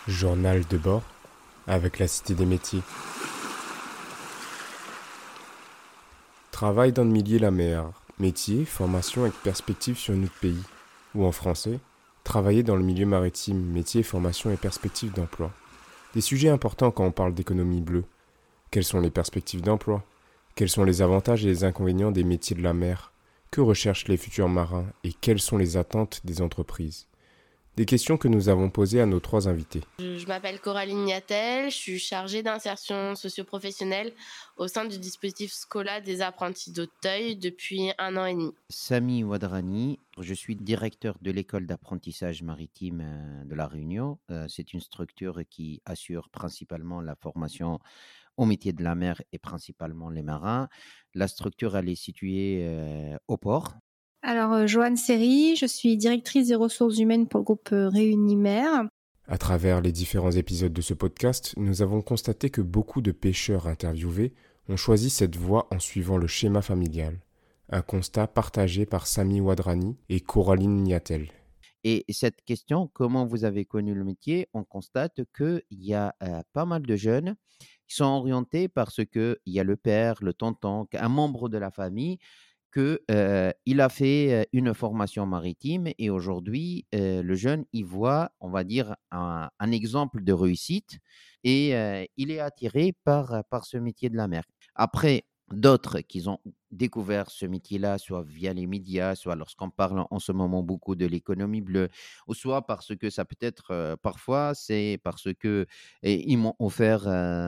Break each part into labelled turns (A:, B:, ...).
A: Journal de bord avec la Cité des métiers. Travail dans le milieu la mer. Métier, formation avec perspective sur notre pays. Ou en français, travailler dans le milieu maritime, métier, formation et perspective d'emploi. Des sujets importants quand on parle d'économie bleue. Quelles sont les perspectives d'emploi? Quels sont les avantages et les inconvénients des métiers de la mer? Que recherchent les futurs marins et quelles sont les attentes des entreprises? Des questions que nous avons posées à nos trois invités.
B: Je m'appelle Coraline Niatel, je suis chargée d'insertion socio-professionnelle au sein du dispositif Scola des apprentis d'Auteuil depuis 1 an et demi.
C: Sami Wadrani, je suis directeur de l'école d'apprentissage maritime de La Réunion. C'est une structure qui assure principalement la formation au métier de la mer et principalement les marins. La structure, elle est située au port.
D: Alors, Joanne Serry, je suis directrice des ressources humaines pour le groupe Réunimer.
A: À travers les différents épisodes de ce podcast, nous avons constaté que beaucoup de pêcheurs interviewés ont choisi cette voie en suivant le schéma familial. Un constat partagé par Sami Wadrani et Coraline Niatel.
C: Et cette question, comment vous avez connu le métier, on constate qu'il y a pas mal de jeunes qui sont orientés parce qu'il y a le père, le tonton, un membre de la famille il a fait une formation maritime et aujourd'hui, le jeune, il voit, on va dire, un exemple de réussite et il est attiré par ce métier de la mer. Après, d'autres qui ont découvert ce métier-là, soit via les médias, soit lorsqu'on parle en ce moment beaucoup de l'économie bleue, ou soit parce que ça peut être, parfois, c'est parce que ils m'ont offert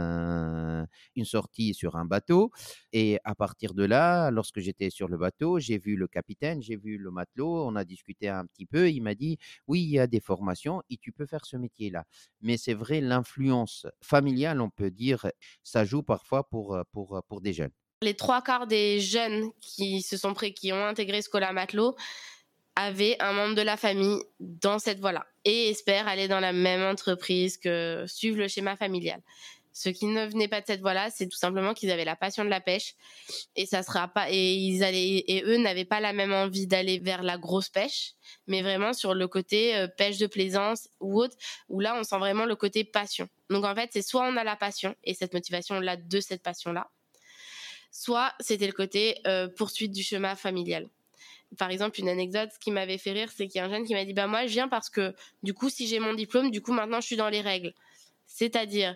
C: une sortie sur un bateau et à partir de là, lorsque j'étais sur le bateau, j'ai vu le capitaine, j'ai vu le matelot, on a discuté un petit peu. Il m'a dit: «Oui, il y a des formations et tu peux faire ce métier-là». Mais c'est vrai, l'influence familiale, on peut dire, ça joue parfois pour des jeunes.
B: Les 3/4 des jeunes qui ont intégré Scola Matelot avaient un membre de la famille dans cette voie-là et espèrent aller dans la même entreprise, que suivre le schéma familial. Ceux qui ne venaient pas de cette voie-là, c'est tout simplement qu'ils avaient la passion de la pêche et ça sera pas et eux n'avaient pas la même envie d'aller vers la grosse pêche, mais vraiment sur le côté pêche de plaisance ou autre, où là on sent vraiment le côté passion. Donc en fait, c'est soit on a la passion et cette motivation-là de cette passion-là, soit c'était le côté poursuite du schéma familial. Par exemple, une anecdote qui m'avait fait rire, c'est qu'il y a un jeune qui m'a dit: bah moi je viens parce que du coup si j'ai mon diplôme, du coup maintenant je suis dans les règles. C'est-à-dire,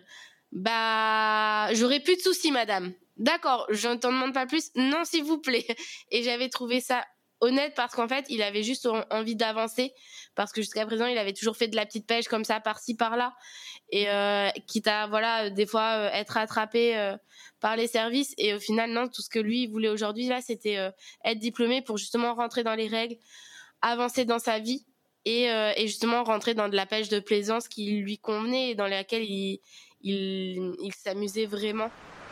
B: bah j'aurais plus de soucis madame. D'accord, je ne t'en demande pas plus. Non s'il vous plaît. Et j'avais trouvé ça honnête parce qu'en fait, il avait juste envie d'avancer parce que jusqu'à présent, il avait toujours fait de la petite pêche comme ça par-ci par-là et quitte à voilà des fois être attrapé par les services et au final non, tout ce que lui il voulait aujourd'hui là, c'était être diplômé pour justement rentrer dans les règles, avancer dans sa vie et justement rentrer dans de la pêche de plaisance qui lui convenait et dans laquelle il s'amusait vraiment.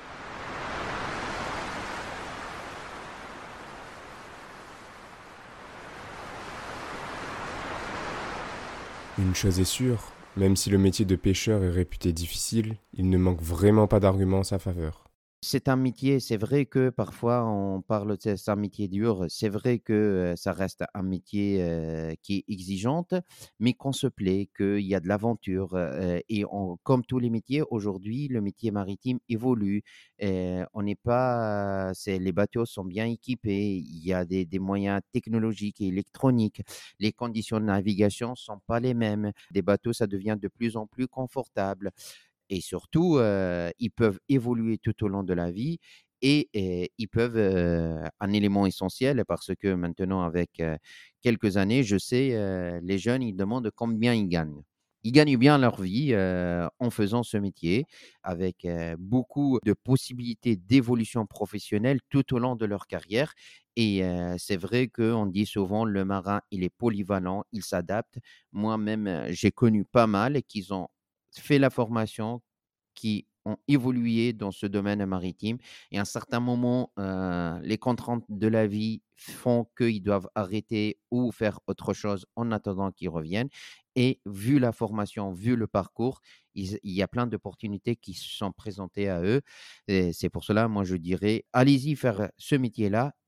A: Une chose est sûre, même si le métier de pêcheur est réputé difficile, il ne manque vraiment pas d'arguments en sa faveur.
C: C'est un métier, c'est vrai que parfois on parle de c'est un métier dur, c'est vrai que ça reste un métier qui est exigeante, mais qu'on se plaît, qu'il y a de l'aventure comme tous les métiers aujourd'hui, le métier maritime évolue. On n'est pas, les bateaux sont bien équipés, il y a des moyens technologiques et électroniques, les conditions de navigation sont pas les mêmes. Des bateaux, ça devient de plus en plus confortable. Et surtout, ils peuvent évoluer tout au long de la vie et ils peuvent, un élément essentiel parce que maintenant avec, quelques années, je sais, les jeunes, ils demandent combien ils gagnent. Ils gagnent bien leur vie, en faisant ce métier avec, beaucoup de possibilités d'évolution professionnelle tout au long de leur carrière et c'est vrai qu'on dit souvent: «Le marin, il est polyvalent, il s'adapte». Moi-même, j'ai connu pas mal qui ont fait la formation, qui ont évolué dans ce domaine maritime et à un certain moment, les contraintes de la vie font qu'ils doivent arrêter ou faire autre chose en attendant qu'ils reviennent et vu la formation, vu le parcours, il y a plein d'opportunités qui se sont présentées à eux et c'est pour cela, moi, je dirais: «Allez-y faire ce métier-là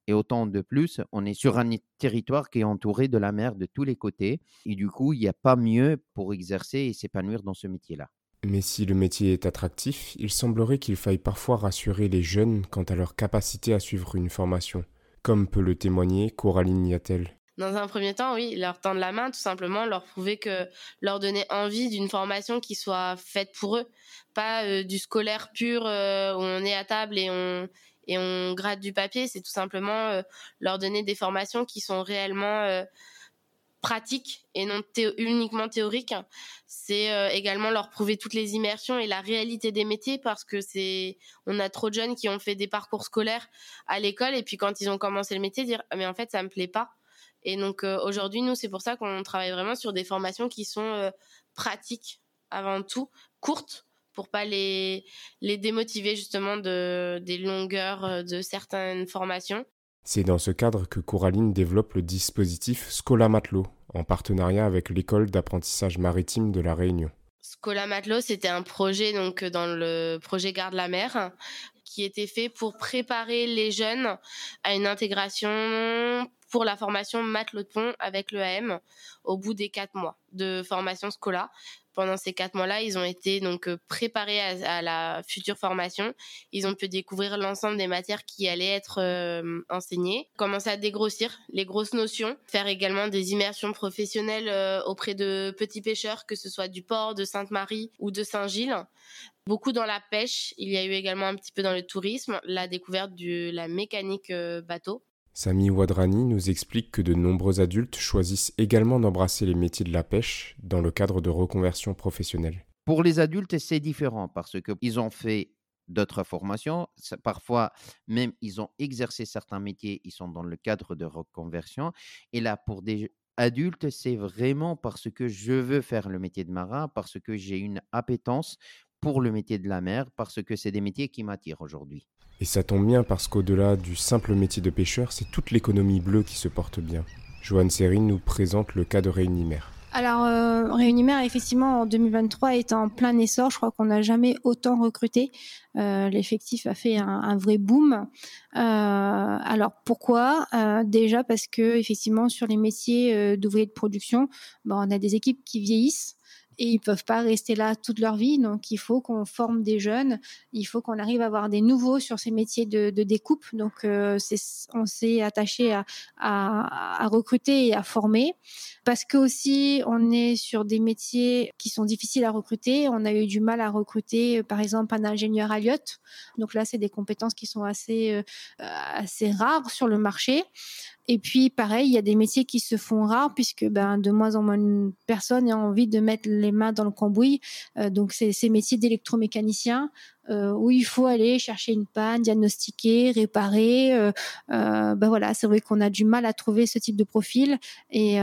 C: Et autant de plus, on est sur un territoire qui est entouré de la mer de tous les côtés. Et du coup, il n'y a pas mieux pour exercer et s'épanouir dans ce métier-là.
A: Mais si le métier est attractif, il semblerait qu'il faille parfois rassurer les jeunes quant à leur capacité à suivre une formation, comme peut le témoigner Coraline Niatel.
B: Dans un premier temps, oui, leur tendre la main, tout simplement, leur prouver leur donner envie d'une formation qui soit faite pour eux, pas du scolaire pur où on est à table et on gratte du papier. C'est tout simplement leur donner des formations qui sont réellement pratiques et non uniquement théoriques. C'est également leur prouver toutes les immersions et la réalité des métiers, parce que on a trop de jeunes qui ont fait des parcours scolaires à l'école et puis quand ils ont commencé le métier, dire mais en fait ça me plaît pas. Et donc aujourd'hui, nous, c'est pour ça qu'on travaille vraiment sur des formations qui sont pratiques avant tout, courtes, pour pas les démotiver justement des longueurs de certaines formations.
A: C'est dans ce cadre que Coraline développe le dispositif Scola Matelot, en partenariat avec l'école d'apprentissage maritime de La Réunion.
B: Scola Matelot, c'était un projet donc dans le projet Garde la mer, qui était fait pour préparer les jeunes à une intégration pour la formation matelot de pont avec l'EAM au bout des 4 mois de formation Scola. Pendant ces 4 mois-là, ils ont été donc préparés à la future formation. Ils ont pu découvrir l'ensemble des matières qui allaient être enseignées, commencer à dégrossir les grosses notions, faire également des immersions professionnelles auprès de petits pêcheurs, que ce soit du port de Sainte-Marie ou de Saint-Gilles. Beaucoup dans la pêche, il y a eu également un petit peu dans le tourisme, la découverte de la mécanique bateau.
A: Sami Wadrani nous explique que de nombreux adultes choisissent également d'embrasser les métiers de la pêche dans le cadre de reconversion professionnelle.
C: Pour les adultes, c'est différent parce qu'ils ont fait d'autres formations. Parfois, même, ils ont exercé certains métiers, ils sont dans le cadre de reconversion. Et là, pour des adultes, c'est vraiment parce que je veux faire le métier de marin, parce que j'ai une appétence pour le métier de la mer, parce que c'est des métiers qui m'attirent aujourd'hui.
A: Et ça tombe bien parce qu'au-delà du simple métier de pêcheur, c'est toute l'économie bleue qui se porte bien. Joanne Serine nous présente le cas de Réunimer.
D: Alors, Réunimer, effectivement, en 2023, est en plein essor. Je crois qu'on n'a jamais autant recruté. L'effectif a fait un vrai boom. Alors, pourquoi déjà parce que, effectivement, sur les métiers d'ouvriers de production, on a des équipes qui vieillissent. Et ils peuvent pas rester là toute leur vie, donc il faut qu'on forme des jeunes, il faut qu'on arrive à avoir des nouveaux sur ces métiers de découpe. Donc on s'est attaché à recruter et à former, parce que aussi on est sur des métiers qui sont difficiles à recruter. On a eu du mal à recruter, par exemple, un ingénieur à yacht. Donc là, c'est des compétences qui sont assez rares sur le marché. Et puis, pareil, il y a des métiers qui se font rares puisque de moins en moins de personnes ont envie de mettre les mains dans le cambouis. Donc, c'est ces métiers d'électromécanicien où il faut aller chercher une panne, diagnostiquer, réparer. Voilà, c'est vrai qu'on a du mal à trouver ce type de profil et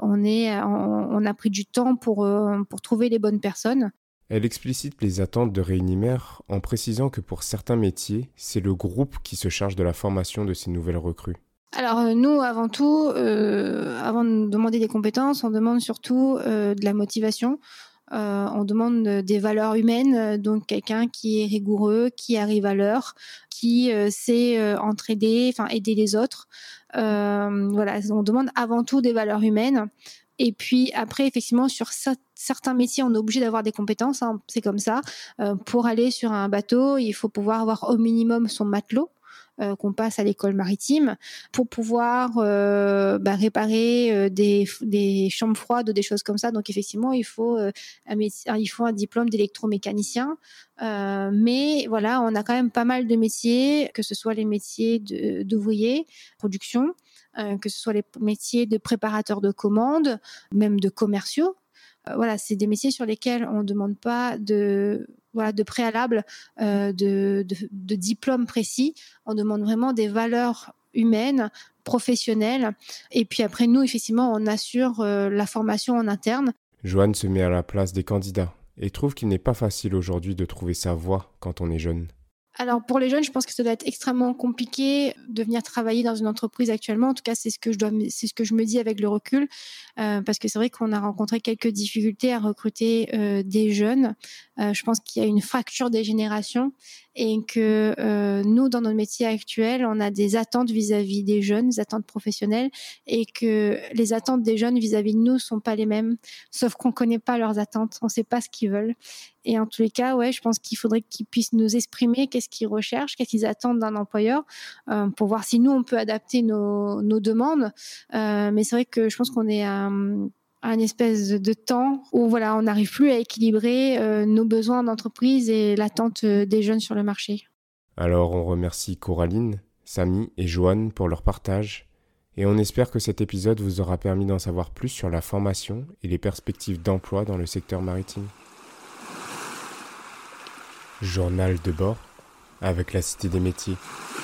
D: on a pris du temps pour trouver les bonnes personnes.
A: Elle explicite les attentes de Réunimer en précisant que pour certains métiers, c'est le groupe qui se charge de la formation de ces nouvelles recrues.
D: Alors nous, avant tout, avant de demander des compétences, on demande surtout de la motivation. On demande des valeurs humaines, donc quelqu'un qui est rigoureux, qui arrive à l'heure, qui sait entraider, aider les autres. Voilà, on demande avant tout des valeurs humaines. Et puis après, effectivement, sur certains métiers, on est obligé d'avoir des compétences, hein, c'est comme ça. Pour aller sur un bateau, il faut pouvoir avoir au minimum son matelot. Qu'on passe à l'école maritime pour pouvoir réparer des chambres froides ou des choses comme ça. Donc effectivement, il faut un diplôme d'électromécanicien. Mais voilà, on a quand même pas mal de métiers, que ce soit les métiers d'ouvrier, production, que ce soit les métiers de préparateur de commandes, même de commerciaux. Voilà, c'est des métiers sur lesquels on ne demande pas de préalable, de diplôme précis. On demande vraiment des valeurs humaines, professionnelles. Et puis après, nous, effectivement, on assure la formation en interne.
A: Joanne se met à la place des candidats et trouve qu'il n'est pas facile aujourd'hui de trouver sa voie quand on est jeune.
D: Alors pour les jeunes, je pense que ça doit être extrêmement compliqué de venir travailler dans une entreprise actuellement. En tout cas, c'est ce que je me dis avec le recul, parce que c'est vrai qu'on a rencontré quelques difficultés à recruter des jeunes. Je pense qu'il y a une fracture des générations et que nous, dans notre métier actuel, on a des attentes vis-à-vis des jeunes, des attentes professionnelles, et que les attentes des jeunes vis-à-vis de nous sont pas les mêmes, sauf qu'on connaît pas leurs attentes, on sait pas ce qu'ils veulent. Et en tous les cas, ouais, je pense qu'il faudrait qu'ils puissent nous exprimer qu'est-ce qu'ils recherchent, qu'est-ce qu'ils attendent d'un employeur, pour voir si nous, on peut adapter nos demandes. Mais c'est vrai que je pense qu'on est à un espèce de temps où voilà, on n'arrive plus à équilibrer nos besoins d'entreprise et l'attente des jeunes sur le marché.
A: Alors on remercie Coraline, Samy et Joanne pour leur partage, et on espère que cet épisode vous aura permis d'en savoir plus sur la formation et les perspectives d'emploi dans le secteur maritime. Journal de bord avec la Cité des métiers.